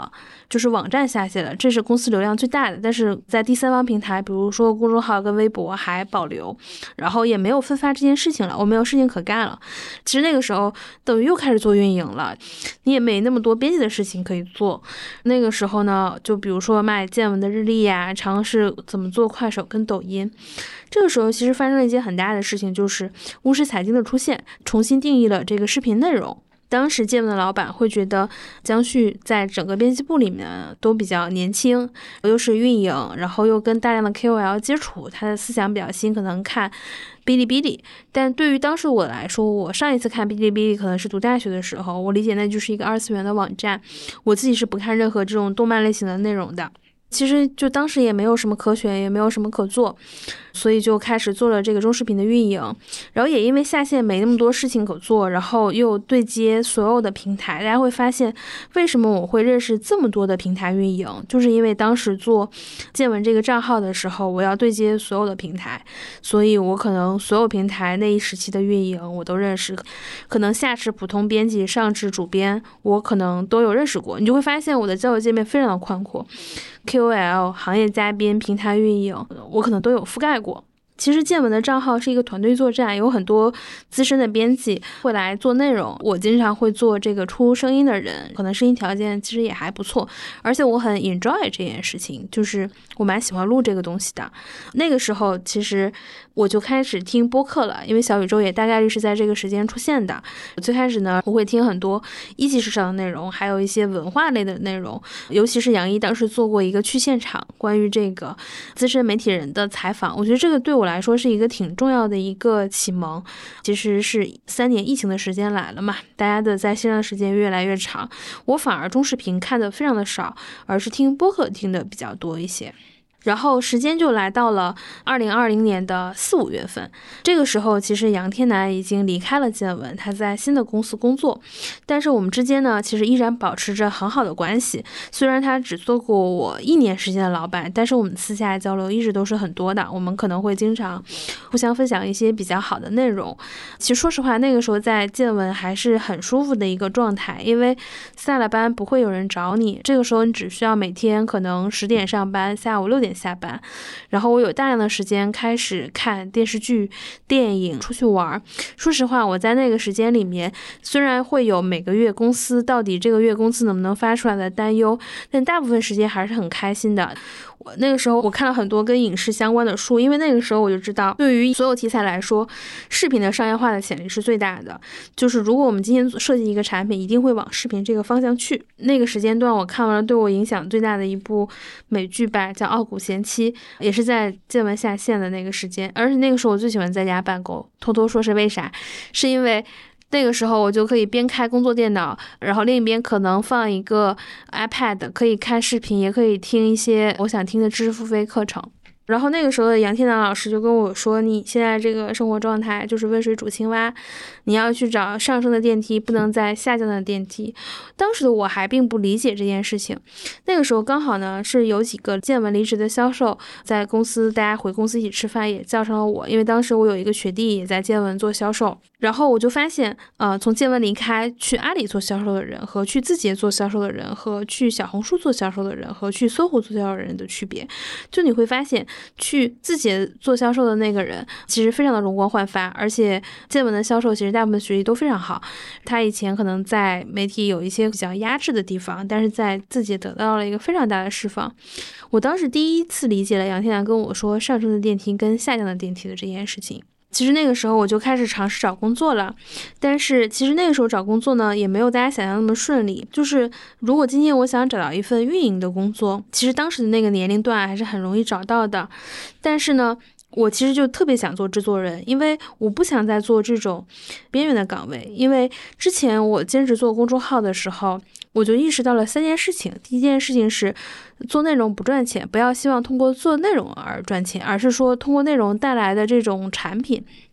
就是网站下线了，这是公司流量最大的，但是在第三方平台，比如说公众号跟微博还保留，然后也没有分发这件事情了，我没有事情可干了。其实那个时候等于又开始做运营了，你也没那么多编辑的事情可以做。那个时候呢，就比如说卖见闻的日历呀、啊，尝试怎么做快手跟抖音。这个时候其实发生了一件很大的事情，就是巫师财经的出现，重新定义了这个视频内容。当时见闻的老板会觉得姜旭在整个编辑部里面都比较年轻，又是运营，然后又跟大量的 K O L 接触，他的思想比较新，可能看哔哩哔哩。但对于当时我来说，我上一次看哔哩哔哩可能是读大学的时候，我理解那就是一个二次元的网站，我自己是不看任何这种动漫类型的内容的。其实就当时也没有什么可选，也没有什么可做，所以就开始做了这个中视频的运营。然后也因为下线没那么多事情可做，然后又对接所有的平台，大家会发现为什么我会认识这么多的平台运营，就是因为当时做见闻这个账号的时候，我要对接所有的平台，所以我可能所有平台那一时期的运营我都认识，可能下至普通编辑，上至主编，我可能都有认识过。你就会发现我的交友界面非常的宽阔， K O L、 行业嘉宾、平台运营我可能都有覆盖过。其实见闻的账号是一个团队作战，有很多资深的编辑会来做内容，我经常会做这个出声音的人，可能声音条件其实也还不错，而且我很 enjoy 这件事情，就是我蛮喜欢录这个东西的。那个时候其实我就开始听播客了，因为小宇宙也大概率是在这个时间出现的。最开始呢，我会听很多一级市场的内容，还有一些文化类的内容，尤其是杨一当时做过一个去现场关于这个资深媒体人的采访，我觉得这个对我来说是一个挺重要的一个启蒙。其实是三年疫情的时间来了嘛，大家的在线上的时间越来越长，我反而中视频看的非常的少，而是听播客听的比较多一些。然后时间就来到了二零二零年的四五月份，这个时候其实杨天南已经离开了见闻，他在新的公司工作，但是我们之间呢其实依然保持着很好的关系。虽然他只做过我一年时间的老板，但是我们私下交流一直都是很多的，我们可能会经常互相分享一些比较好的内容。其实说实话，那个时候在见闻还是很舒服的一个状态，因为下了班不会有人找你，这个时候你只需要每天可能十点上班，下午六点下班，然后我有大量的时间开始看电视剧、电影，出去玩。说实话，我在那个时间里面，虽然会有每个月公司到底这个月工资能不能发出来的担忧，但大部分时间还是很开心的。我那个时候我看了很多跟影视相关的书，因为那个时候我就知道，对于所有题材来说，视频的商业化的潜力是最大的。就是如果我们今天设计一个产品，一定会往视频这个方向去。那个时间段我看完了对我影响最大的一部美剧吧，叫《傲骨贤妻》，也是在见闻下线的那个时间。而且那个时候我最喜欢在家办公，偷偷说是为啥？是因为那个时候我就可以边开工作电脑，然后另一边可能放一个 iPad， 可以看视频，也可以听一些我想听的知识付费课程。然后那个时候的杨天南老师就跟我说，你现在这个生活状态就是温水煮青蛙，你要去找上升的电梯，不能在下降的电梯。当时的我还并不理解这件事情，那个时候刚好呢是有几个见闻离职的销售在公司，大家回公司一起吃饭也叫上了我，因为当时我有一个学弟也在见闻做销售。然后我就发现呃，从见闻离开去阿里做销售的人和去字节做销售的人和去小红书做销售的人和去搜狐做销售的人的区别，就你会发现去字节做销售的那个人其实非常的容光焕发，而且见闻的销售其实大部分学历都非常好，他以前可能在媒体有一些比较压制的地方，但是在字节得到了一个非常大的释放。我当时第一次理解了杨天南跟我说上升的电梯跟下降的电梯的这件事情。其实那个时候我就开始尝试找工作了，但是其实那个时候找工作呢也没有大家想象那么顺利。就是如果今天我想找到一份运营的工作，其实当时的那个年龄段还是很容易找到的，但是呢我其实就特别想做制作人，因为我不想再做这种边缘的岗位。因为之前我兼职做公众号的时候，我就意识到了三件事情。第一件事情是做内容不赚钱，不要希望通过做内容而赚钱，而是说通过内容带来的这种产品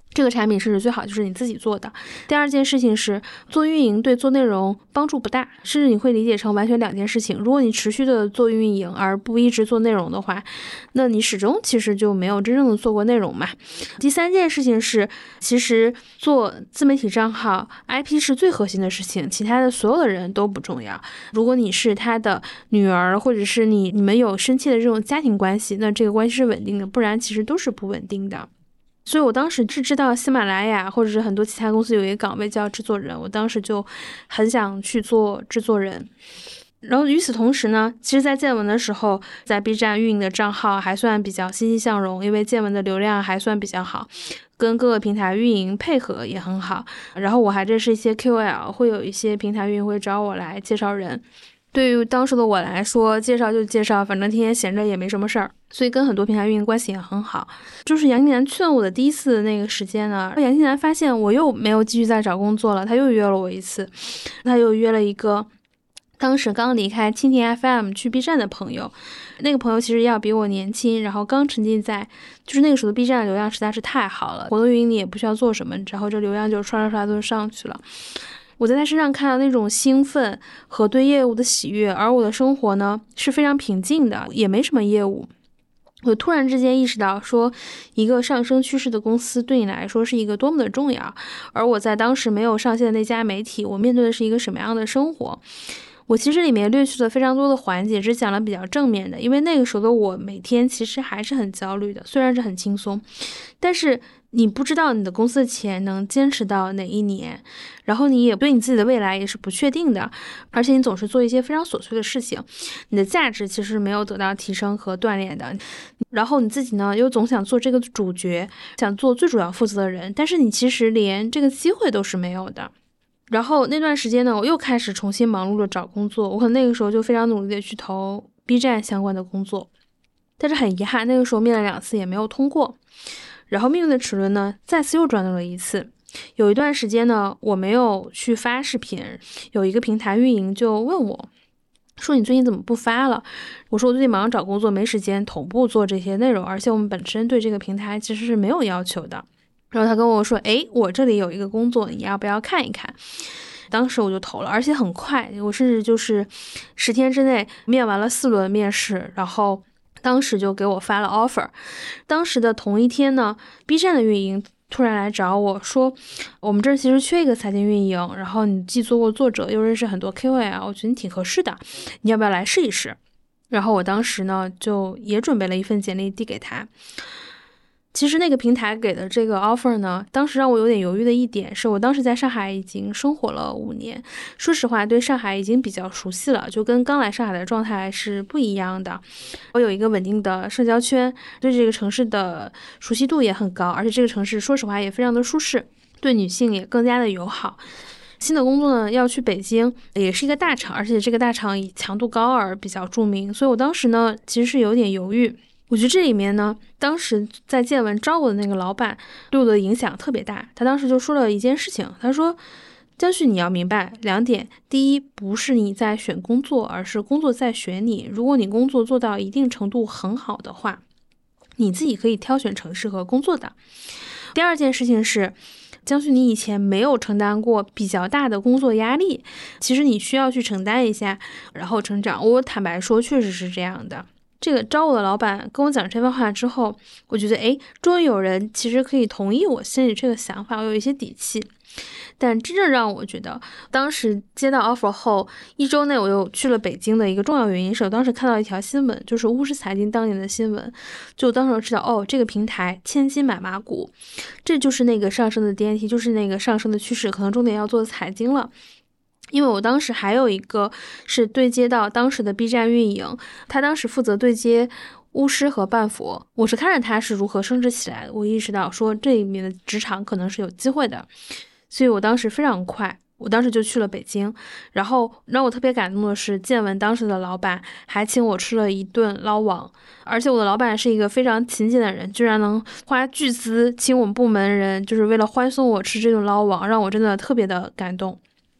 这个产品甚至最好就是你自己做的。第二件事情是做运营对做内容帮助不大，甚至你会理解成完全两件事情。如果你持续的做运营而不一直做内容的话，那你始终其实就没有真正的做过内容嘛。第三件事情是，其实做自媒体账号 I P 是最核心的事情，其他的所有的人都不重要。如果你是他的女儿，或者是你你们有深切的这种家庭关系，那这个关系是稳定的，不然其实都是不稳定的。所以我当时是知道喜马拉雅或者是很多其他公司有一个岗位叫制作人，我当时就很想去做制作人。然后与此同时呢，其实在见闻的时候，在 B 站运营的账号还算比较欣欣向荣，因为见闻的流量还算比较好，跟各个平台运营配合也很好。然后我还认识一些 K O L， 会有一些平台运营会找我来介绍人。对于当时的我来说，介绍就介绍，反正天天闲着也没什么事儿，所以跟很多平台运营关系也很好。就是杨金南去了我的第一次的那个时间呢，杨金南发现我又没有继续再找工作了，他又约了我一次，他又约了一个当时刚离开蜻蜓 F M 去 B 站的朋友。那个朋友其实要比我年轻，然后刚沉浸在就是那个时候的 B 站的流量实在是太好了，活动运营你也不需要做什么，然后这流量就刷刷刷都上去了。我在他身上看到那种兴奋和对业务的喜悦，而我的生活呢是非常平静的，也没什么业务。我突然之间意识到说，一个上升趋势的公司对你来说是一个多么的重要，而我在当时没有上线的那家媒体，我面对的是一个什么样的生活。我其实里面略去了非常多的环节，只讲了比较正面的，因为那个时候的我每天其实还是很焦虑的，虽然是很轻松，但是你不知道你的公司的钱能坚持到哪一年，然后你也对你自己的未来也是不确定的，而且你总是做一些非常琐碎的事情，你的价值其实没有得到提升和锻炼的。然后你自己呢又总想做这个主角，想做最主要负责的人，但是你其实连这个机会都是没有的。然后那段时间呢，我又开始重新忙碌的找工作，我可能那个时候就非常努力的去投 B 站相关的工作，但是很遗憾那个时候面了两次也没有通过。然后命运的齿轮呢再次又转动了一次，有一段时间呢我没有去发视频，有一个平台运营就问我说你最近怎么不发了？我说我最近忙着找工作，没时间同步做这些内容，而且我们本身对这个平台其实是没有要求的。然后他跟我说，诶，我这里有一个工作，你要不要看一看？当时我就投了，而且很快，我甚至就是十天之内面完了四轮面试，然后当时就给我发了 offer。当时的同一天呢 ，B 站的运营突然来找我说，我们这儿其实缺一个财经运营，然后你既做过作者，又认识很多 K O L， 我觉得你挺合适的，你要不要来试一试？然后我当时呢就也准备了一份简历递给他。其实那个平台给的这个 offer 呢，当时让我有点犹豫的一点是，我当时在上海已经生活了五年，说实话对上海已经比较熟悉了，就跟刚来上海的状态是不一样的。我有一个稳定的社交圈，对这个城市的熟悉度也很高，而且这个城市说实话也非常的舒适，对女性也更加的友好。新的工作呢要去北京，也是一个大厂，而且这个大厂以强度高而比较著名，所以我当时呢其实是有点犹豫。我觉得这里面呢，当时在见闻招我的那个老板对我的影响特别大。他当时就说了一件事情，他说：“江旭，你要明白两点。第一，不是你在选工作，而是工作在选你。如果你工作做到一定程度很好的话，你自己可以挑选城市和工作的。第二件事情是，江旭，你以前没有承担过比较大的工作压力，其实你需要去承担一下，然后成长。我坦白说，确实是这样的。”这个招我的老板跟我讲这番话之后，我觉得诶，终于有人其实可以同意我心里这个想法，我有一些底气。但真正让我觉得当时接到 offer 后一周内我又去了北京的一个重要原因是，我当时看到一条新闻，就是巫师财经当年的新闻，就当时知道哦，这个平台千金买马股，这就是那个上升的 D N T， 就是那个上升的趋势，可能重点要做财经了。因为我当时还有一个是对接到当时的 B 站运营，他当时负责对接巫师和半佛，我是看着他是如何升职起来的，我意识到说这里面的职场可能是有机会的，所以我当时非常快，我当时就去了北京。然后让我特别感动的是，见闻当时的老板还请我吃了一顿捞王，而且我的老板是一个非常勤俭的人，居然能花巨资请我们部门人就是为了欢送我吃这顿捞王，让我真的特别的感动。然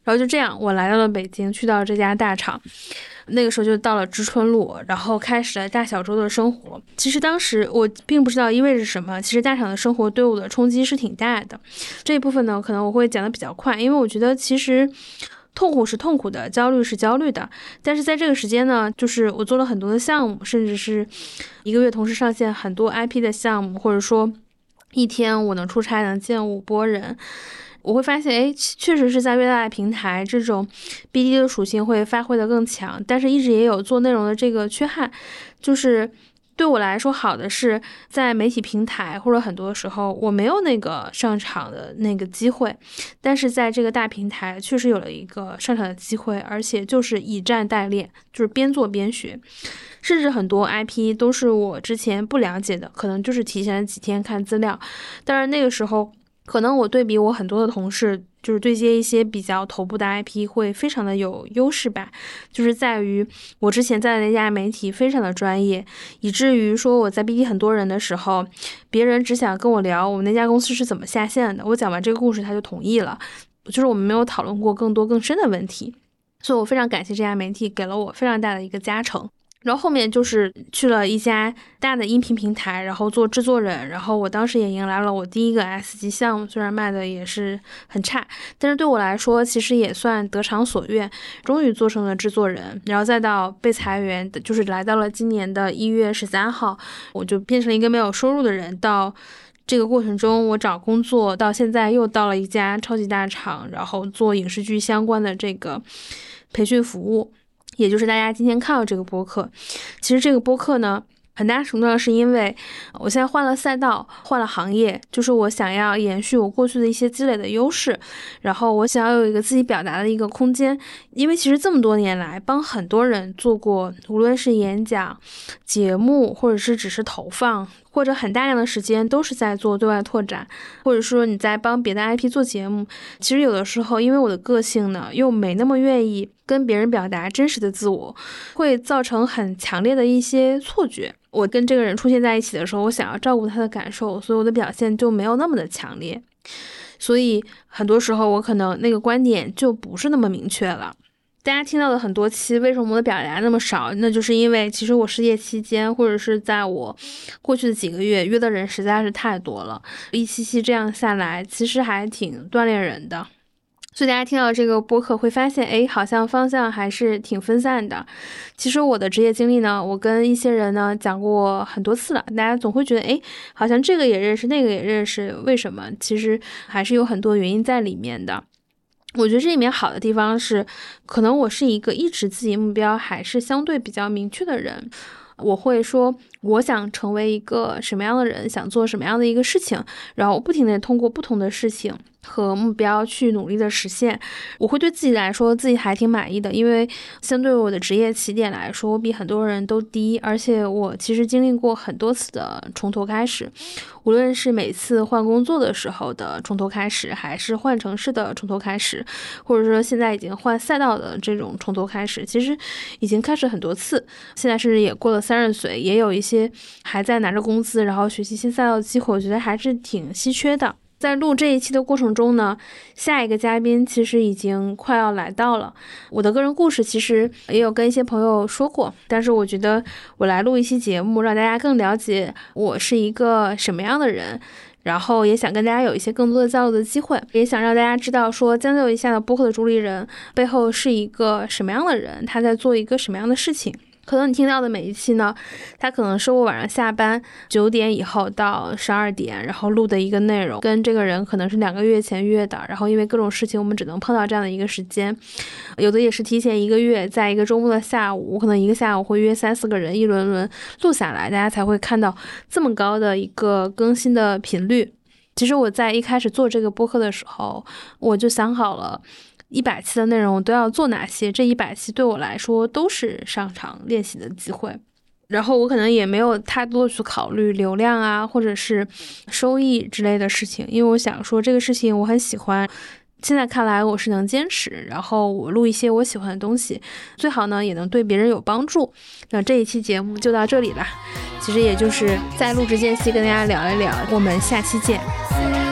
然后就这样我来到了北京，去到这家大厂。那个时候就到了知春路，然后开始了大小周的生活。其实当时我并不知道意味着什么，其实大厂的生活对我的冲击是挺大的。这一部分呢可能我会讲得比较快，因为我觉得其实痛苦是痛苦的，焦虑是焦虑的，但是在这个时间呢，就是我做了很多的项目，甚至是一个月同时上线很多 I P 的项目，或者说一天我能出差能见五波人。我会发现，哎，确实是在越大的平台，这种 B D 的属性会发挥的更强，但是一直也有做内容的这个缺憾，就是对我来说好的是在媒体平台或者很多时候我没有那个上场的那个机会，但是在这个大平台确实有了一个上场的机会，而且就是以战代练，就是边做边学，甚至很多 I P 都是我之前不了解的，可能就是提前了几天看资料，当然那个时候可能我对比我很多的同事，就是对接一些比较头部的 I P 会非常的有优势吧，就是在于我之前在的那家媒体非常的专业，以至于说我在 B D 很多人的时候，别人只想跟我聊我们那家公司是怎么下线的，我讲完这个故事他就同意了，就是我们没有讨论过更多更深的问题，所以我非常感谢这家媒体给了我非常大的一个加成。然后后面就是去了一家大的音频平台，然后做制作人，然后我当时也迎来了我第一个 S 级项目，虽然卖的也是很差，但是对我来说其实也算得偿所愿，终于做成了制作人，然后再到被裁员，就是来到了今年的一月十三号，我就变成了一个没有收入的人，到这个过程中我找工作，到现在又到了一家超级大厂，然后做影视剧相关的这个培训服务，也就是大家今天看到这个播客。其实这个播客呢很大程度上是因为我现在换了赛道，换了行业，就是我想要延续我过去的一些积累的优势，然后我想要有一个自己表达的一个空间。因为其实这么多年来帮很多人做过，无论是演讲、节目，或者是只是投放，或者很大量的时间都是在做对外拓展，或者说你在帮别的 I P 做节目。其实有的时候因为我的个性呢又没那么愿意跟别人表达真实的自我，会造成很强烈的一些错觉。我跟这个人出现在一起的时候，我想要照顾他的感受，所以我的表现就没有那么的强烈，所以很多时候我可能那个观点就不是那么明确了。大家听到的很多期为什么我的表达那么少，那就是因为其实我失业期间，或者是在我过去的几个月约的人实在是太多了，一期期这样下来其实还挺锻炼人的。所以大家听到这个播客会发现，哎，好像方向还是挺分散的。其实我的职业经历呢，我跟一些人呢讲过很多次了，大家总会觉得，哎，好像这个也认识，那个也认识，为什么？其实还是有很多原因在里面的。我觉得这里面好的地方是，可能我是一个一直自己目标还是相对比较明确的人。我会说我想成为一个什么样的人，想做什么样的一个事情，然后不停地通过不同的事情和目标去努力的实现。我会对自己来说自己还挺满意的，因为相对我的职业起点来说我比很多人都低，而且我其实经历过很多次的从头开始，无论是每次换工作的时候的从头开始，还是换城市的从头开始，或者说现在已经换赛道的这种从头开始，其实已经开始很多次。现在甚至也过了三十岁，也有一些还在拿着工资然后学习新赛道的机会，我觉得还是挺稀缺的。在录这一期的过程中呢，下一个嘉宾其实已经快要来到了。我的个人故事其实也有跟一些朋友说过，但是我觉得我来录一期节目，让大家更了解我是一个什么样的人，然后也想跟大家有一些更多的交流的机会，也想让大家知道说将就一下的播客的主理人背后是一个什么样的人，他在做一个什么样的事情。可能你听到的每一期呢，它可能是我晚上下班九点以后到十二点然后录的一个内容，跟这个人可能是两个月前约的，然后因为各种事情我们只能碰到这样的一个时间，有的也是提前一个月，在一个周末的下午，我可能一个下午会约三四个人一轮轮录下来，大家才会看到这么高的一个更新的频率。其实我在一开始做这个播客的时候，我就想好了一百期的内容都要做哪些，这一百期对我来说都是上场练习的机会。然后我可能也没有太多去考虑流量啊，或者是收益之类的事情，因为我想说这个事情我很喜欢，现在看来我是能坚持，然后我录一些我喜欢的东西，最好呢也能对别人有帮助。那这一期节目就到这里啦，其实也就是在录制间隙跟大家聊一聊，我们下期见。